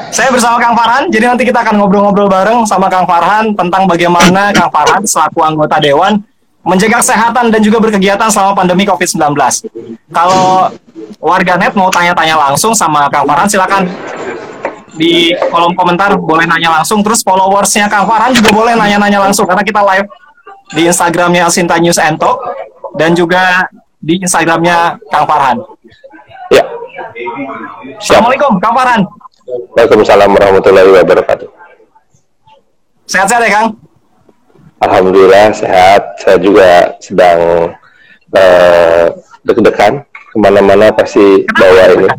Saya bersama Kang Farhan, jadi nanti kita akan ngobrol-ngobrol bareng sama Kang Farhan tentang bagaimana Kang Farhan selaku anggota Dewan menjaga kesehatan dan juga berkegiatan selama pandemi COVID-19. Kalau warganet mau tanya-tanya langsung sama Kang Farhan, silakan di kolom komentar boleh nanya langsung. Terus followersnya Kang Farhan juga boleh nanya-nanya langsung karena kita live di Instagramnya Sinta News and Talk dan juga di Instagramnya Kang Farhan. Ya. Assalamualaikum Kang Farhan. Waalaikumsalam warahmatullahi wabarakatuh. Sehat-sehat ya Kang? Alhamdulillah sehat. Saya juga sedang deg-degan. Kemana-mana pasti bawa ini.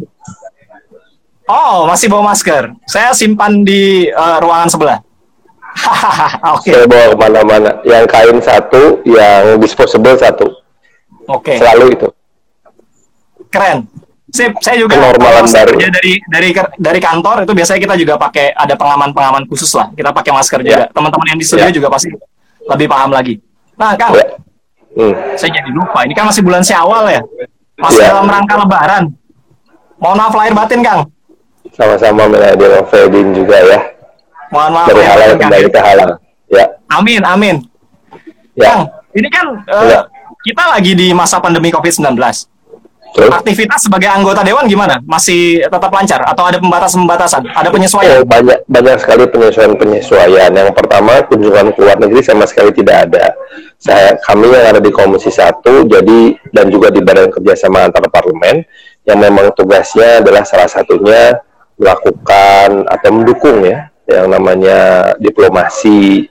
Oh, masih bawa masker. Saya simpan di ruangan sebelah. Okay. Saya bawa kemana-mana. Yang kain satu, yang disposable satu. Oke. Selalu itu. Keren. Sip, saya juga normalan baru. Kerja dari kantor itu biasanya kita juga pakai ada pengaman khusus lah. Kita pakai masker juga. Teman-teman yang di studio juga pasti lebih paham lagi. Nah, Kang, saya jadi lupa. Ini kan masih bulan Syawal ya. Masih dalam rangka Lebaran. Mohon maaf lahir batin, Kang. Sama-sama Meladil Fedin juga ya. Mohon maaf. Dari halal kembali ke halal. Ya. Amin, amin. Ya. Kang, ini kan kita lagi di masa pandemi COVID-19. Aktivitas sebagai anggota Dewan gimana? Masih tetap lancar atau ada pembatasan-pembatasan? Ada penyesuaian? Banyak sekali penyesuaian. Yang pertama, kunjungan ke luar negeri sama sekali tidak ada. Kami yang ada di Komisi 1, jadi dan juga di Badan Kerjasama Antar Parlemen, yang memang tugasnya adalah salah satunya melakukan atau mendukung ya, yang namanya diplomasi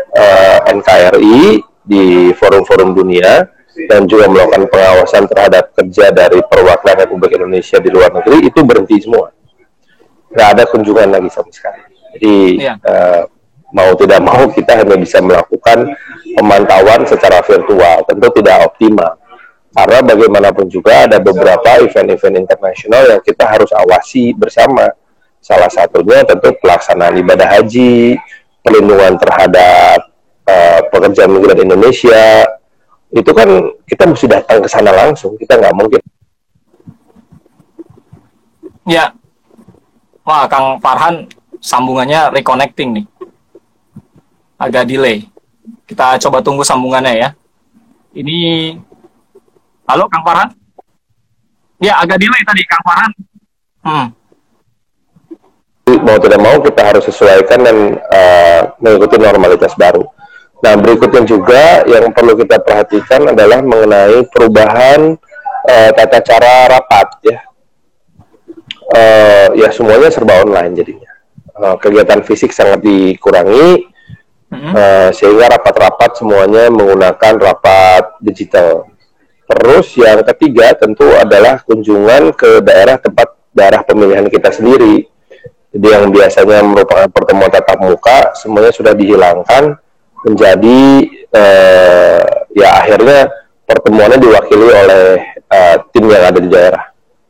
NKRI di forum-forum dunia, dan juga melakukan pengawasan terhadap kerja dari perwakilan Republik Indonesia di luar negeri, itu berhenti semua. Nggak ada kunjungan lagi sama sekali. Jadi mau tidak mau kita hanya bisa melakukan pemantauan secara virtual, tentu tidak optimal. Karena bagaimanapun juga ada beberapa event-event internasional yang kita harus awasi bersama. Salah satunya tentu pelaksanaan ibadah haji, perlindungan terhadap pekerja migran Indonesia. Itu kan kita mesti datang ke sana langsung, kita nggak mungkin. Ya, wah Kang Farhan sambungannya reconnecting nih, agak delay. Kita coba tunggu sambungannya ya. Ini, halo Kang Farhan? Ya agak delay tadi Kang Farhan. Mau tidak mau kita harus sesuaikan dan mengikuti normalitas baru. Nah, berikutnya juga yang perlu kita perhatikan adalah mengenai perubahan tata cara rapat ya. Ya semuanya serba online jadinya. Kegiatan fisik sangat dikurangi, sehingga rapat-rapat semuanya menggunakan rapat digital. Terus yang ketiga tentu adalah kunjungan ke daerah pemilihan kita sendiri. Jadi yang biasanya merupakan pertemuan tatap muka semuanya sudah dihilangkan, menjadi ya akhirnya pertemuannya diwakili oleh tim yang ada di daerah.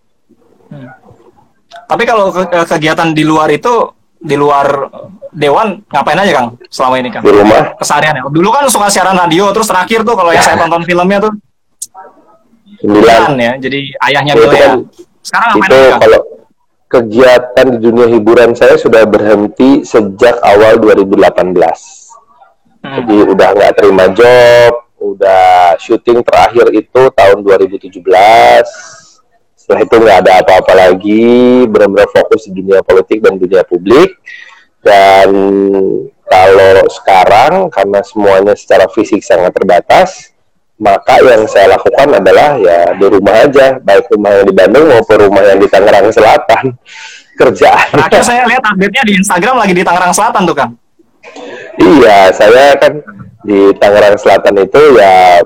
Tapi kalau kegiatan di luar itu, di luar Dewan, ngapain aja Kang selama ini Kang? Di rumah. Kesehariannya. Dulu kan suka siaran radio, terus terakhir tuh kalau yang saya tonton filmnya tuh 9 ya, jadi ayahnya Milea. Sekarang ngapain aja Kang? Kalau kegiatan di dunia hiburan saya sudah berhenti sejak awal 2018. Jadi udah nggak terima job, udah syuting terakhir itu tahun 2017. Setelah itu nggak ada apa-apa lagi, benar-benar fokus di dunia politik dan dunia publik. Dan kalau sekarang karena semuanya secara fisik sangat terbatas, maka yang saya lakukan adalah ya di rumah aja, baik rumah yang di Bandung maupun rumah yang di Tangerang Selatan. Kerjaan. Terakhir saya lihat update-nya di Instagram lagi di Tangerang Selatan tuh Kang. Iya, saya kan di Tangerang Selatan itu ya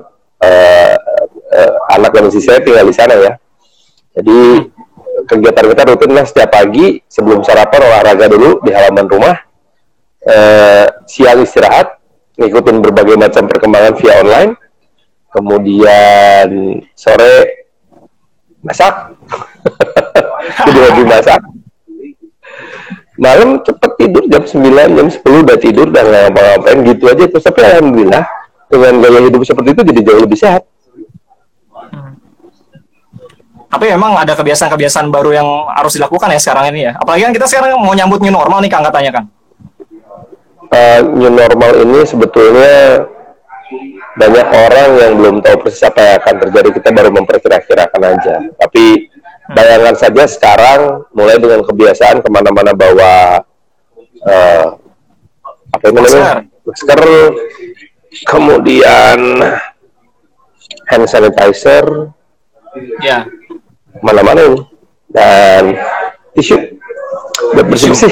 anak dan istri saya tinggal di sana ya. Jadi kegiatan kita rutin lah setiap pagi sebelum sarapan olahraga dulu di halaman rumah, siang istirahat, ngikutin berbagai macam perkembangan via online, kemudian sore masak, jadi hobi masak. Malam cepet tidur jam 9, jam 10 udah tidur dan nggak ngapa-ngapain gitu aja terus. Tapi alhamdulillah dengan gaya hidup seperti itu jadi jauh lebih sehat. Tapi memang ada kebiasaan-kebiasaan baru yang harus dilakukan ya sekarang ini ya. Apalagi kan kita sekarang mau nyambut new normal nih Kang katanya kan. New normal ini sebetulnya banyak orang yang belum tahu persis apa yang akan terjadi. Kita baru memperkira-kirakan aja. Tapi bayangkan saja sekarang mulai dengan kebiasaan kemana-mana bawa apa itu namanya, masker, kemudian hand sanitizer, Ya. mana-mana ini, dan tisu buat bersih-bersih.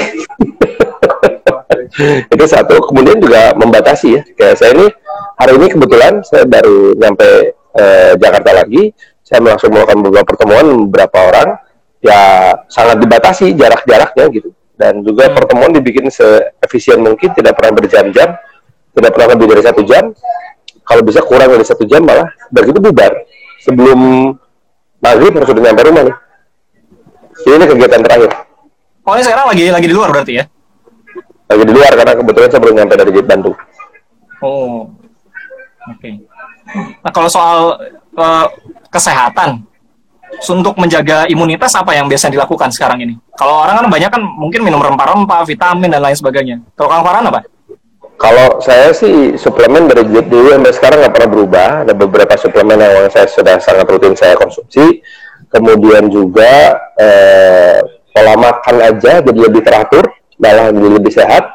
Itu satu. Kemudian juga membatasi ya. Kayak saya ini hari ini kebetulan saya baru nyampe Jakarta lagi. Saya langsung melakukan beberapa pertemuan beberapa orang. Ya sangat dibatasi jarak-jaraknya gitu. Dan juga pertemuan dibikin seefisien mungkin, tidak pernah berjam-jam, tidak pernah lebih dari 1 jam. Kalau bisa kurang dari 1 jam malah. Begitu bubar. Sebelum maghrib harus sudah nyampe rumah nih. Jadi ini kegiatan terakhir. Oh, ini sekarang lagi di luar berarti ya? Lagi di luar karena kebetulan saya baru nyampe dari Bandung. Oh, oke. Nah, kalau soal kesehatan, untuk menjaga imunitas apa yang biasa dilakukan sekarang ini? Kalau orang kan banyak kan mungkin minum rempah-rempah, vitamin dan lain sebagainya. Kalau Kang Farhan apa? Kalau saya sih suplemen dari dulu sampai sekarang nggak pernah berubah. Ada beberapa suplemen yang saya sudah sangat rutin saya konsumsi. Kemudian juga pola makan aja jadi lebih teratur, malah jadi lebih sehat,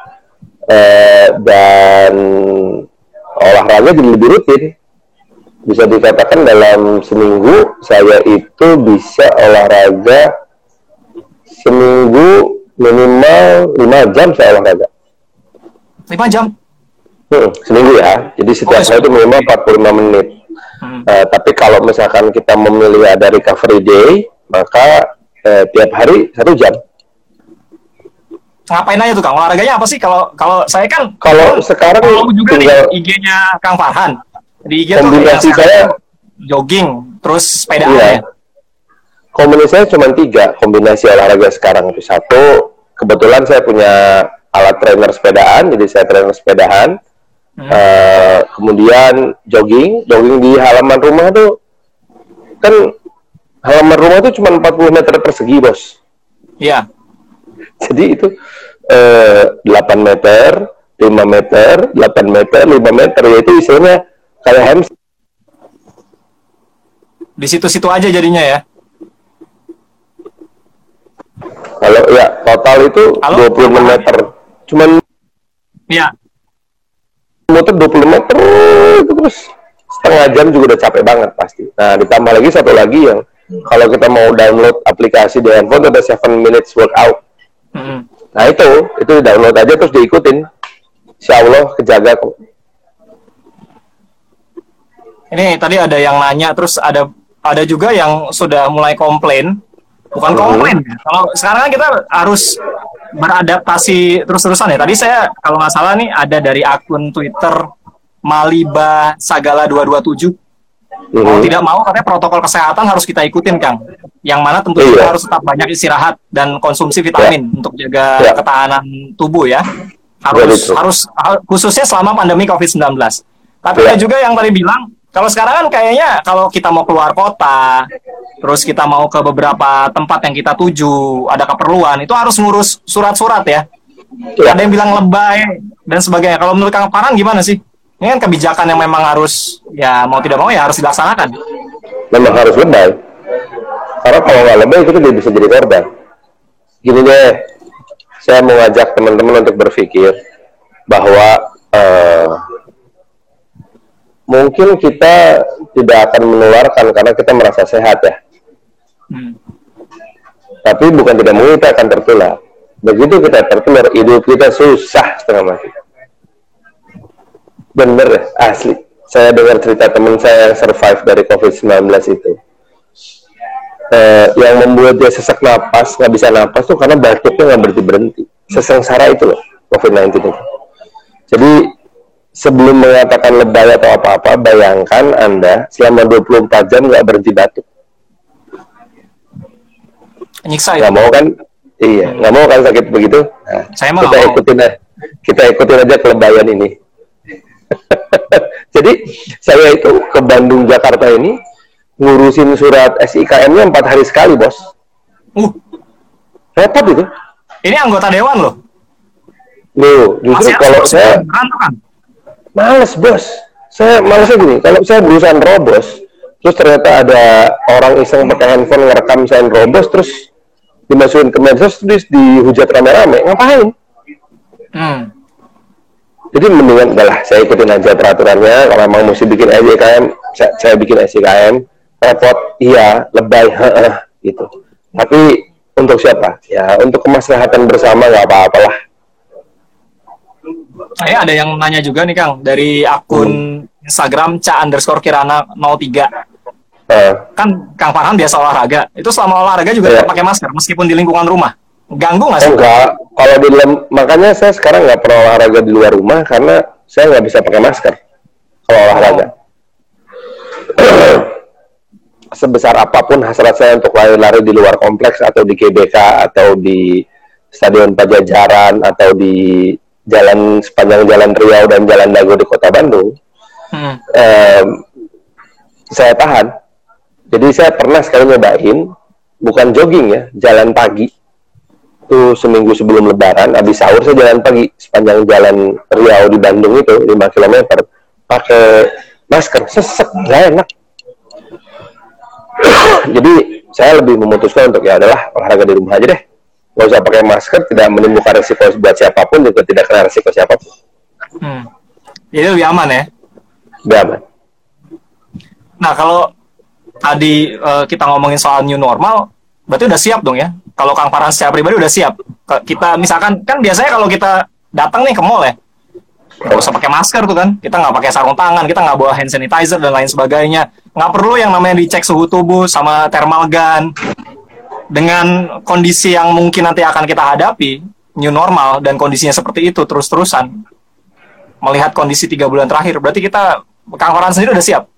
dan olahraga jadi lebih rutin. Bisa dikatakan dalam seminggu saya itu bisa olahraga seminggu minimal 5 jam saya olahraga. 5 jam? Seminggu ya. Jadi setiap hari itu minimal 45 menit. Tapi kalau misalkan kita memilih ada recovery day, maka tiap hari 1 jam. Ngapain aja tuh Kang? Olahraganya apa sih? Kalau saya kan kalau sekarang juga tinggal nih IG-nya Kang Farhan. Di IG kombinasi tuh saya jogging, terus sepedaan iya, ya. kombinasi saya cuma 3 kombinasi olahraga sekarang. Itu satu, kebetulan saya punya alat trainer sepedaan, jadi saya trainer sepedaan. Kemudian jogging di halaman rumah tuh, kan halaman rumah tuh cuma 40 meter persegi bos. Iya. Jadi itu 8 meter, 5 meter, 8 meter, 5 meter, yaitu istilahnya kayak hamster. Di situ-situ aja jadinya ya. Kalau ya total itu 26 meter. Cuman Iya. muter 20 meter itu terus setengah jam juga udah capek banget pasti. Nah, ditambah lagi satu lagi yang kalau kita mau download aplikasi di handphone ada 7 minutes workout. Nah, itu download aja terus diikutin. Insya Allah kejaga kok. Ini tadi ada yang nanya, terus ada juga yang sudah mulai komplain. Bukan komplain. Kalau sekarang kan kita harus beradaptasi terus-terusan ya. Tadi saya kalau nggak salah nih ada dari akun Twitter Maliba Sagala 227. Mau tidak mau katanya protokol kesehatan harus kita ikutin Kang. Yang mana tentunya kita harus tetap banyak istirahat dan konsumsi vitamin untuk jaga ketahanan tubuh ya. Harus khususnya selama pandemi COVID-19. Tapi ada juga yang tadi bilang kalau sekarang kan kayaknya kalau kita mau keluar kota, terus kita mau ke beberapa tempat yang kita tuju, ada keperluan, itu harus ngurus surat-surat ya. Ada yang bilang lebay dan sebagainya. Kalau menurut Kang Farhan gimana sih? Ini kan kebijakan yang memang harus, ya mau tidak mau ya harus dilaksanakan. Memang harus lebay. Karena kalau nggak lebay kita bisa jadi korban. Gini deh, saya mengajak teman-teman untuk berpikir bahwa mungkin kita tidak akan menularkan karena kita merasa sehat ya. Tapi bukan tidak mungkin kita akan tertular. Begitu kita tertular, hidup kita susah setengah mati. Bener, asli. Saya dengar cerita teman saya yang survive dari COVID-19 itu. Yang membuat dia sesak napas, nggak bisa napas tuh karena batuknya nggak berhenti-berhenti. Sesengsara itu loh, COVID-19 itu. Jadi, sebelum mengatakan lebay atau apa-apa, bayangkan Anda selama 24 jam nggak berhenti batuk. Nyiksa ya? Nggak mau kan? Iya, nggak mau kan sakit begitu? Nah, saya mau kita ikutin aja kelebayan ini. Jadi, saya itu ke Bandung, Jakarta ini ngurusin surat SIKM-nya 4 hari sekali, bos. Repot itu. Ini anggota dewan loh. Loh, justru kalau saya males, bos. Saya malesnya gini, kalau saya berusaha nerobos, terus ternyata ada orang iseng pakai handphone ngerekam saya nerobos, terus dimasukin ke medsos, terus dihujat rame-rame, ngapain? Jadi mendingan udahlah, saya ikutin aja peraturannya. Kalau memang mesti bikin SIKM, saya bikin SIKM. Repot, iya, lebay, gitu. Tapi untuk siapa? Ya, untuk kemaslahatan bersama nggak apa-apalah. Saya ada yang nanya juga nih Kang, dari akun Instagram @ca_kirana03. Kan Kang Farhan biasa olahraga, itu selama olahraga juga tetap pakai masker meskipun di lingkungan rumah. Ganggu nggak sih? Enggak, kalau di dalam, makanya saya sekarang nggak pernah olahraga di luar rumah karena saya nggak bisa pakai masker kalau olahraga. Sebesar apapun hasrat saya untuk lari-lari di luar kompleks atau di GBK atau di Stadion Pajajaran atau di jalan sepanjang Jalan Riau dan Jalan Dago di Kota Bandung, saya tahan. Jadi saya pernah sekali nyobain, bukan jogging ya, jalan pagi. Itu seminggu sebelum Lebaran, habis sahur saya jalan pagi sepanjang Jalan Riau di Bandung itu 5 km pakai masker, sesek, nggak enak. Jadi saya lebih memutuskan untuk ya adalah olahraga di rumah aja deh, nggak usah pakai masker, tidak menimbulkan resiko buat siapapun, juga tidak kena resiko siapapun. Jadi lebih aman ya? Lebih aman. Nah kalau tadi kita ngomongin soal new normal, berarti udah siap dong ya? Kalau Kang Farhan secara pribadi udah siap? Kita misalkan, kan biasanya kalau kita datang nih ke mall ya, nggak usah pakai masker tuh kan, kita nggak pakai sarung tangan, kita nggak bawa hand sanitizer dan lain sebagainya, nggak perlu yang namanya dicek suhu tubuh sama thermal gun. Dengan kondisi yang mungkin nanti akan kita hadapi, new normal dan kondisinya seperti itu terus-terusan, melihat kondisi 3 bulan terakhir, berarti kita, Kang Farhan sendiri udah siap?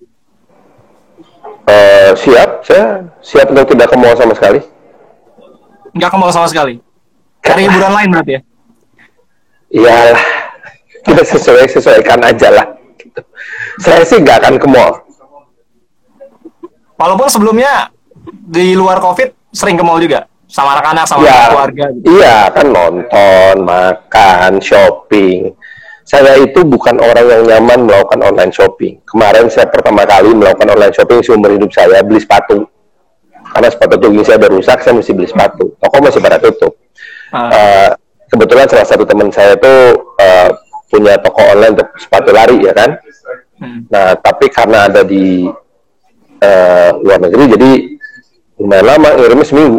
Siap, saya siap untuk tidak ke mall sama sekali. Nggak ke mall sama sekali? Cari hiburan lain berarti ya? Iyalah, kita sesuaikan aja lah. Gitu. Saya sih nggak akan ke mall. Walaupun sebelumnya di luar COVID sering ke mall juga? Sama anak-anak, sama keluarga gitu. Iya, kan nonton, makan, shopping. Saya itu bukan orang yang nyaman melakukan online shopping. Kemarin saya pertama kali melakukan online shopping seumur hidup saya, beli sepatu. Karena sepatu jogging saya baru rusak, saya mesti beli sepatu. Toko masih pada tutup. Kebetulan salah satu teman saya itu punya toko online untuk sepatu lari, ya kan? Nah, tapi karena ada di luar negeri, jadi lumayan lama, ngirimnya seminggu.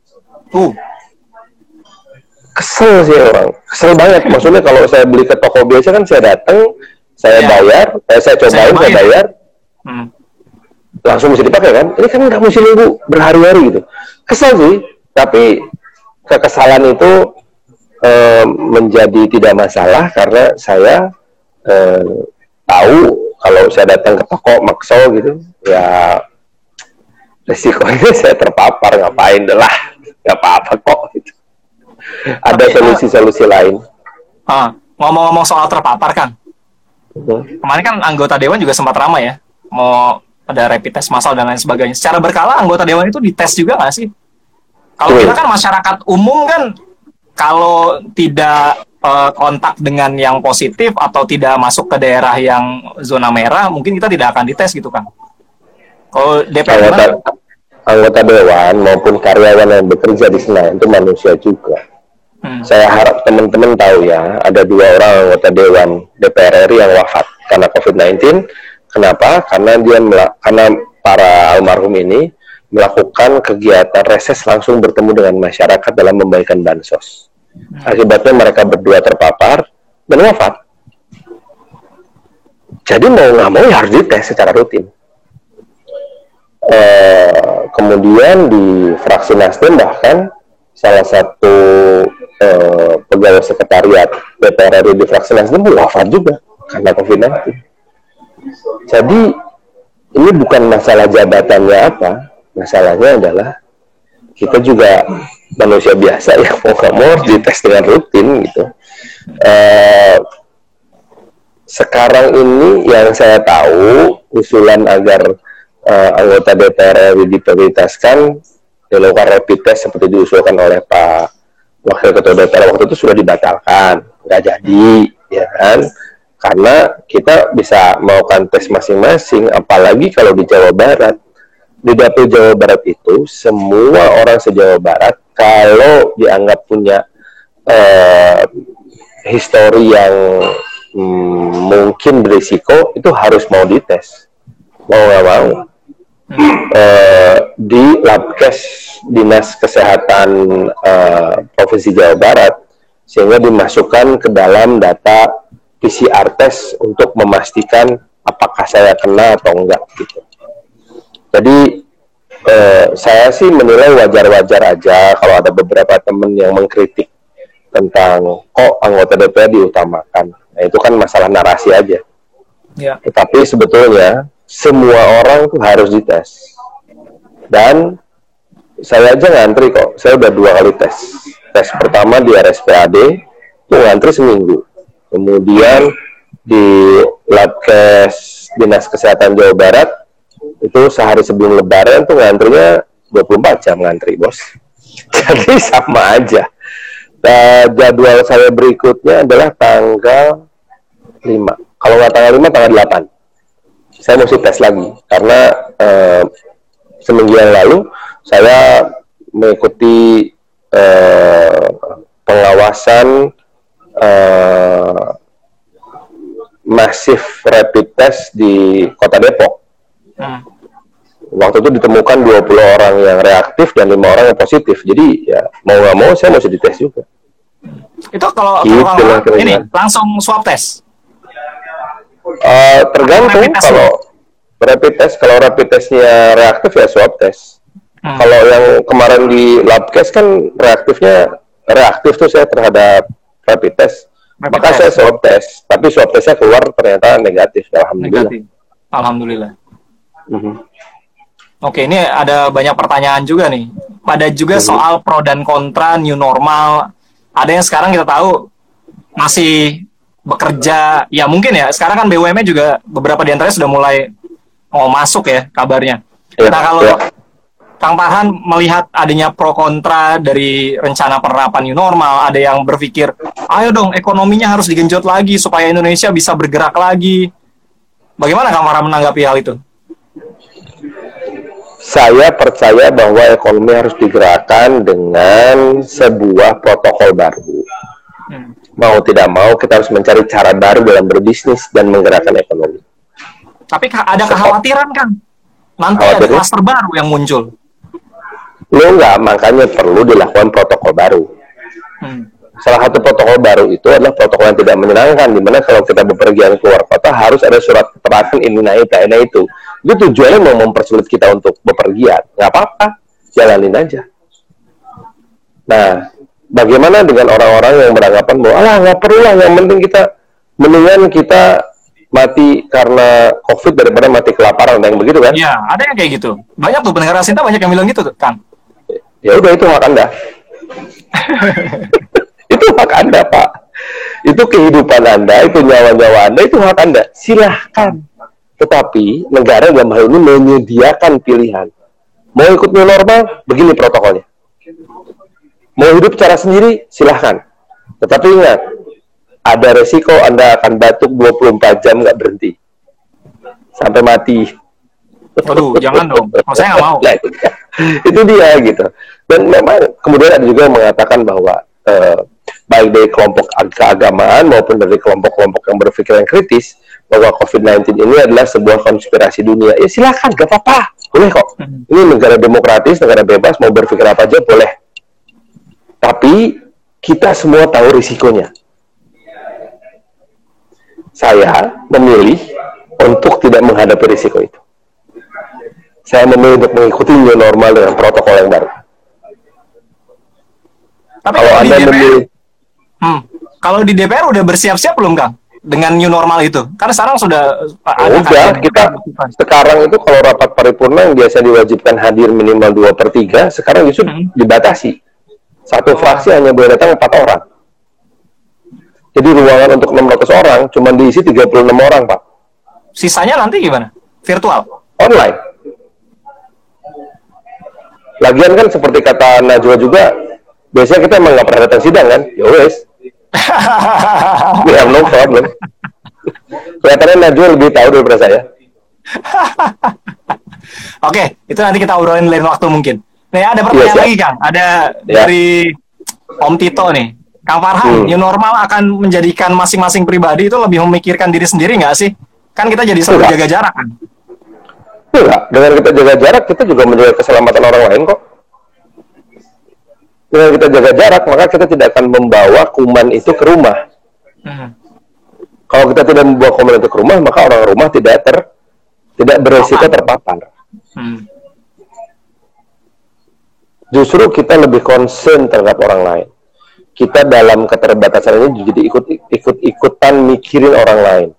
Kesel sih orang, kesel banget. Maksudnya kalau saya beli ke toko biasa kan saya datang, saya bayar, saya cobain, saya bayar, langsung bisa dipakai kan? Ini kan nggak mesti nunggu berhari-hari gitu. Kesel sih, tapi kekesalan itu menjadi tidak masalah karena saya tahu kalau saya datang ke toko Maxo gitu, ya resikonya saya terpapar, ngapain deh lah, nggak apa-apa kok gitu. Ada solusi-solusi lain. Ngomong-ngomong soal terpapar, Kang. Kemarin kan anggota dewan juga sempat ramai ya, mau ada rapid test massal dan lain sebagainya. Secara berkala anggota dewan itu dites juga nggak sih? Kalau kita kan masyarakat umum kan, kalau tidak kontak dengan yang positif atau tidak masuk ke daerah yang zona merah, mungkin kita tidak akan dites gitu, Kang. Kalau DPR anggota dewan maupun karyawan yang bekerja di sana itu manusia juga. Saya harap teman-teman tahu ya, ada 2 orang anggota dewan DPR RI yang wafat karena COVID-19. Kenapa? Karena para almarhum ini melakukan kegiatan reses langsung bertemu dengan masyarakat dalam membagikan bansos. Akibatnya mereka berdua terpapar dan wafat. Jadi mau nggak mau harus dites secara rutin. Kemudian di fraksi Nasdem bahkan salah satu pegawai sekretariat DPR RI di fraksi Nasdem wafat juga karena COVID-19. Jadi ini bukan masalah jabatannya apa, masalahnya adalah kita juga manusia biasa yang mau nggak mau dites dengan rutin gitu. Sekarang ini yang saya tahu usulan agar anggota DPR RI diprioritaskan dilakukan rapid test seperti diusulkan oleh Pak Wakil Ketua DPR waktu itu sudah dibatalkan, nggak jadi, ya kan? Karena kita bisa melakukan tes masing-masing, apalagi kalau di Jawa Barat. Di dapil Jawa Barat itu, semua orang se-Jawa Barat, kalau dianggap punya histori yang mungkin berisiko, itu harus mau dites. Mau nggak mau. Di Labkes Dinas Kesehatan Provinsi Jawa Barat, sehingga dimasukkan ke dalam data PCR test untuk memastikan apakah saya kena atau enggak gitu. Jadi saya sih menilai wajar-wajar aja kalau ada beberapa teman yang mengkritik tentang kok anggota DPR diutamakan. Nah, itu kan masalah narasi aja. Ya. Tetapi sebetulnya semua orang tuh harus dites. Dan saya aja ngantri kok. Saya udah 2 kali tes. Tes pertama di RSPAD itu ngantri seminggu. Kemudian di Labkes Dinas Kesehatan Jawa Barat itu sehari sebelum Lebaran tuh ngantrinya 24 jam ngantri, bos. Jadi sama aja. Jadwal saya berikutnya adalah tanggal 5. Kalau nggak tanggal 5, tanggal 8. Saya mesti tes lagi. Karena seminggu yang lalu, saya mengikuti pengawasan masif rapid test di Kota Depok. Waktu itu ditemukan 20 orang yang reaktif dan 5 orang yang positif. Jadi ya mau nggak mau saya mesti dites juga. Itu kalau ini langsung swab test? Tergantung. Kalau rapid testnya reaktif ya swab test. Kalau yang kemarin di Labkes kan reaktif tuh saya terhadap rapid test. Maka saya swab test, tapi swab testnya keluar ternyata negatif. Alhamdulillah. Alhamdulillah. Oke, ini ada banyak pertanyaan juga nih. Pada juga soal pro dan kontra new normal. Ada yang sekarang kita tahu masih bekerja, ya mungkin ya. Sekarang kan BUMN juga beberapa di antaranya sudah mulai mau masuk ya kabarnya. Nah kalau Kang Farhan melihat adanya pro kontra dari rencana penerapan new normal, ada yang berpikir, ayo dong ekonominya harus digenjot lagi supaya Indonesia bisa bergerak lagi. Bagaimana Kang Farhan menanggapi hal itu? Saya percaya bahwa ekonomi harus digerakkan dengan sebuah protokol baru. Mau tidak mau kita harus mencari cara baru dalam berbisnis dan menggerakkan ekonomi. Tapi ada kekhawatiran kan? Nanti ada klaster baru yang muncul. Enggak, makanya perlu dilakukan protokol baru. Salah satu protokol baru itu adalah protokol yang tidak menyenangkan, di mana kalau kita bepergian keluar kota harus ada surat keterangan ini itu. Itu tujuannya mau mempersulit kita untuk bepergian. Nggak apa-apa, jalanin aja. Nah, bagaimana dengan orang-orang yang beranggapan bahwa alah nggak perlu lah, yang penting mendingan kita mati karena COVID daripada mati kelaparan, yang begitu kan? Iya, ada yang kayak gitu. Banyak tuh pendengar Sinta banyak yang bilang gitu tuh, Kang. Ya udah, itu hak Anda. Itu hak Anda, Pak. Itu kehidupan Anda, itu nyawa-nyawa Anda, itu hak Anda. Silahkan. Tetapi negara dalam hal ini menyediakan pilihan. Mau ikut new normal, begini protokolnya. Mau hidup cara sendiri, silahkan. Tetapi ingat, ada resiko Anda akan batuk 24 jam nggak berhenti. Sampai mati. Waduh, jangan dong. Kalau saya nggak mau. Nah, itu dia gitu. Dan memang kemudian ada juga yang mengatakan bahwa baik dari kelompok keagamaan maupun dari kelompok-kelompok yang berpikiran kritis bahwa COVID-19 ini adalah sebuah konspirasi dunia. Ya silakan, gak apa-apa. Boleh kok. Ini negara demokratis, negara bebas, mau berpikir apa aja boleh. Tapi kita semua tahu risikonya. Saya memilih untuk tidak menghadapi risiko itu. Saya memilih untuk mengikuti new normal dengan protokol yang baru. Tapi kalau Anda memilih, kalau di DPR udah bersiap-siap belum, Kang? Dengan new normal itu? Karena sekarang sudah udah, kita sekarang itu kalau rapat paripurna yang biasa diwajibkan hadir minimal 2/3, sekarang justru dibatasi. Satu fraksi hanya boleh datang 4 orang. Jadi ruangan untuk 600 orang cuma diisi 36 orang, Pak. Sisanya nanti gimana? Virtual? Online. Lagian kan seperti kata Najwa juga, biasanya kita emang nggak pernah datang sidang kan? Ya wes, we have no problem. Kelihatannya Najwa lebih tahu daripada saya. Oke, itu nanti kita obrolin lain waktu mungkin. Nih ada pertanyaan lagi Kang, ada dari Om Tito nih. Kang Farhan, new normal akan menjadikan masing-masing pribadi itu lebih memikirkan diri sendiri nggak sih? Kan kita jadi selalu jaga jarak kan? Enggak, dengan kita jaga jarak, kita juga menjaga keselamatan orang lain kok. Dengan kita jaga jarak, maka kita tidak akan membawa kuman itu ke rumah. Kalau kita tidak membawa kuman itu ke rumah, maka orang rumah tidak beresiko terpapar. Justru kita lebih concern terhadap orang lain. Kita dalam keterbatasan ini jadi ikut-ikutan mikirin orang lain.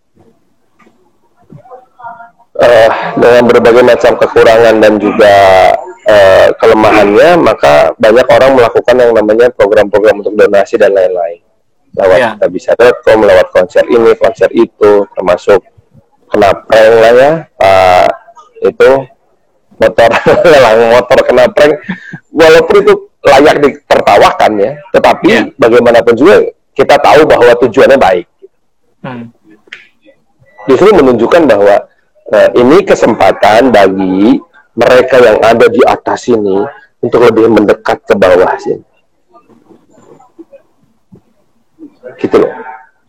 Dengan berbagai macam kekurangan dan juga kelemahannya, maka banyak orang melakukan yang namanya program-program untuk donasi dan lain-lain. Lewat kitabisa.com, lewat konser ini, konser itu, termasuk kena prank lah ya, itu lelang motor kena prank, walaupun itu layak ditertawakan ya, tetapi bagaimanapun juga kita tahu bahwa tujuannya baik. Justru menunjukkan bahwa ini kesempatan bagi mereka yang ada di atas ini untuk lebih mendekat ke bawah sini. Gitu loh.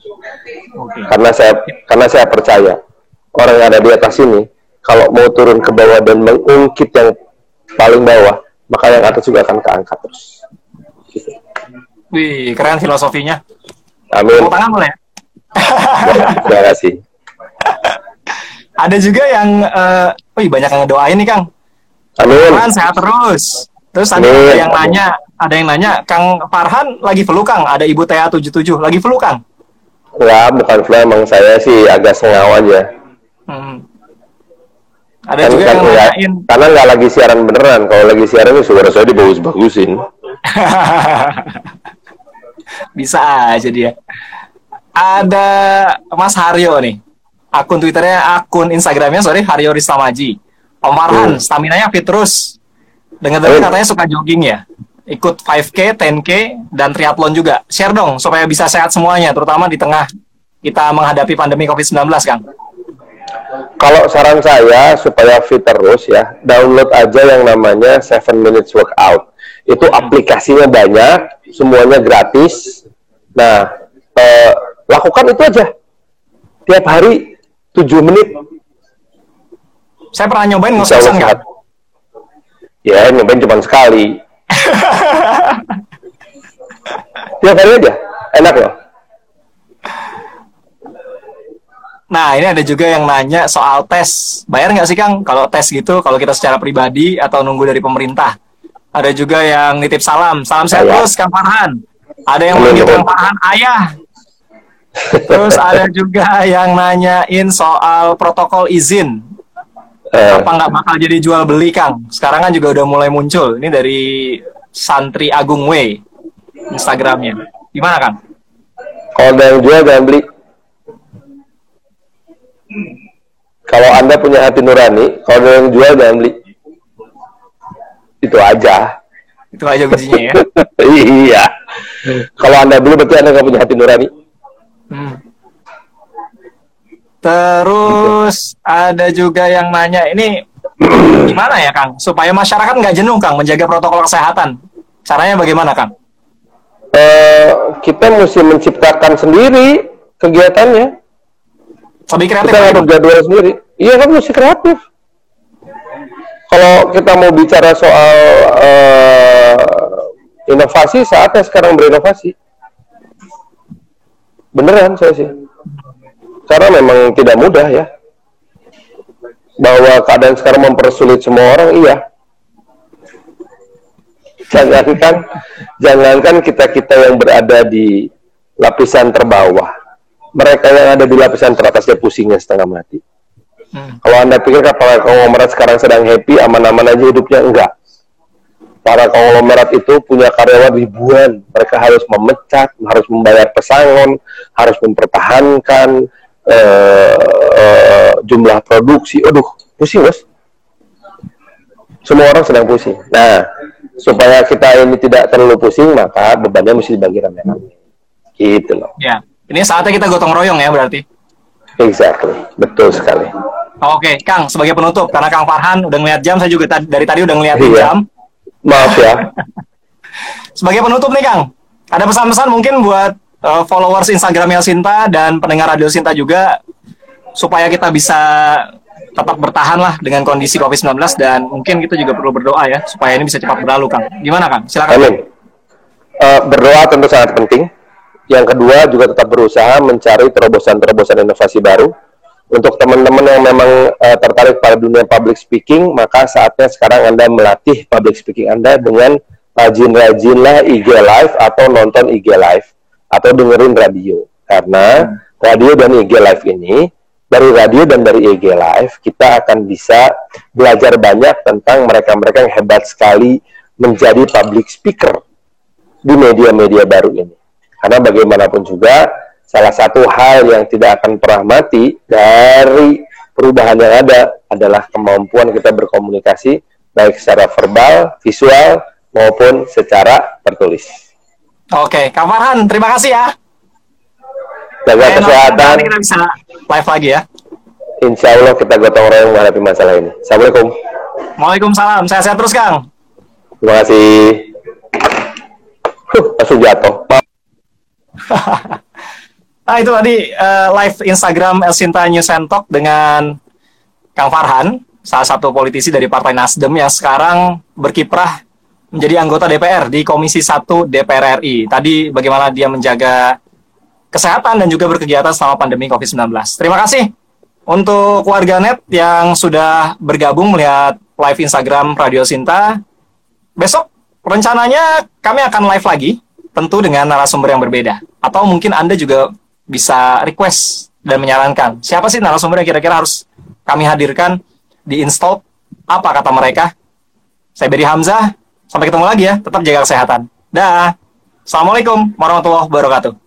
Karena saya percaya orang yang ada di atas ini kalau mau turun ke bawah dan mengungkit yang paling bawah, maka yang atas juga akan keangkat terus. Gitu. Wih, keren filosofinya. Amin. Tepuk tangan boleh? Terima kasih. Ada juga yang, banyak yang ngedoain nih Kang. Amin. Farhan sehat terus. Terus ada yang nanya, Kang Farhan lagi flu Kang, ada Ibu TA77 lagi flu Kang? Ya, bukan flu, emang saya sih agak sengaw aja. Ada juga yang nanyain. Karena nggak lagi siaran beneran. Kalau lagi siaran itu suara saya dibagus-bagusin. Bisa aja dia. Ada Mas Haryo nih. Akun Twitternya, akun Instagramnya, Haryo Ristamaji. Om Farhan, staminanya fit terus. Dengar-dengar katanya suka jogging ya. Ikut 5K, 10K, dan triathlon juga. Share dong, supaya bisa sehat semuanya, terutama di tengah kita menghadapi pandemi COVID-19, Kang. Kalau saran saya, supaya fit terus ya, download aja yang namanya 7 Minutes Workout. Itu aplikasinya banyak, semuanya gratis. Nah, lakukan itu aja. Tiap hari, 7 menit. Saya pernah nyobain ngos-ngosan nggak? Ya, nyobain cuma sekali. Tiap hari aja, enak loh. Nah, ini ada juga yang nanya soal tes. Bayar nggak sih, Kang? Kalau tes gitu, kalau kita secara pribadi atau nunggu dari pemerintah? Ada juga yang nitip salam. Salam sehat terus, Kang Farhan. Ada yang manggil Kang Farhan ayah. Terus ada juga yang nanyain soal protokol izin. Apa nggak bakal jadi jual beli, Kang? Sekarang kan juga udah mulai muncul. Ini dari Santri Agung W. Instagramnya. Gimana, Kang? Kalau ada yang jual, jangan beli. Kalau Anda punya hati nurani, kalau ada yang jual, jangan beli. Itu aja. Itu aja kuncinya ya? Iya. Kalau Anda beli, berarti Anda nggak punya hati nurani. Terus ada juga yang nanya, ini gimana ya Kang? Supaya masyarakat nggak jenuh Kang, menjaga protokol kesehatan. Caranya bagaimana Kang? Kita mesti menciptakan sendiri kegiatannya. Lebih kreatif. Kita ngatur jadwal sendiri. Iya kan mesti kreatif. Kalau kita mau bicara soal inovasi, saatnya sekarang berinovasi. Beneran saya sih. Karena memang tidak mudah ya. Bahwa keadaan sekarang mempersulit semua orang, iya. Jangankan kita yang berada di lapisan terbawah. Mereka yang ada di lapisan teratas dia pusingnya setengah mati. Kalau Anda pikir para konglomerat sekarang sedang happy, aman-aman aja hidupnya, enggak. Para konglomerat itu punya karyawan ribuan. Mereka harus memecat, harus membayar pesangon, harus mempertahankan jumlah produksi. Aduh, pusing bos. Semua orang sedang pusing. Nah, supaya kita ini tidak terlalu pusing, maka bebannya mesti dibagi rame-rame. Gitu loh. Ya, ini saatnya kita gotong royong ya berarti. Exactly, betul sekali. Oke, Kang, sebagai penutup, karena Kang Farhan udah ngeliat jam, saya juga dari tadi udah ngeliatin Iya. jam. Maaf ya. Sebagai penutup nih, Kang, ada pesan-pesan mungkin buat followers Instagram Elsinta dan pendengar Radio Sinta juga, supaya kita bisa tetap bertahan lah dengan kondisi COVID-19, dan mungkin kita juga perlu berdoa ya, supaya ini bisa cepat berlalu, Kang. Gimana, Kang? Silakan. Amin. Berdoa tentu sangat penting. Yang kedua juga tetap berusaha mencari terobosan-terobosan inovasi baru. Untuk teman-teman yang memang tertarik pada dunia public speaking, maka saatnya sekarang Anda melatih public speaking Anda dengan rajin-rajinlah IG Live atau nonton IG Live atau dengerin radio. Karena radio dan IG Live ini, dari radio dan dari IG Live, kita akan bisa belajar banyak tentang mereka-mereka yang hebat sekali menjadi public speaker di media-media baru ini. Karena bagaimanapun juga, salah satu hal yang tidak akan pernah mati dari perubahan yang ada adalah kemampuan kita berkomunikasi, baik secara verbal, visual, maupun secara tertulis. Oke, Kang Farhan, terima kasih ya. Jaga kesehatan. Nanti kita bisa live lagi ya. Insya Allah kita gotong royong menghadapi masalah ini. Assalamualaikum. Waalaikumsalam, sehat-sehat terus, Kang. Terima kasih. Langsung jatuh. Nah, itu tadi live Instagram Elsinta News and Talk dengan Kang Farhan, salah satu politisi dari Partai Nasdem yang sekarang berkiprah menjadi anggota DPR di Komisi 1 DPR RI. Tadi bagaimana dia menjaga kesehatan dan juga berkegiatan selama pandemi COVID-19. Terima kasih untuk warganet yang sudah bergabung melihat live Instagram Radio Sinta. Besok rencananya kami akan live lagi, tentu dengan narasumber yang berbeda. Atau mungkin Anda juga bisa request dan menyarankan siapa sih narasumber yang kira-kira harus kami hadirkan di install, apa kata mereka. Saya Beri Hamzah, sampai ketemu lagi ya, tetap jaga kesehatan. Dah. Assalamualaikum warahmatullahi wabarakatuh.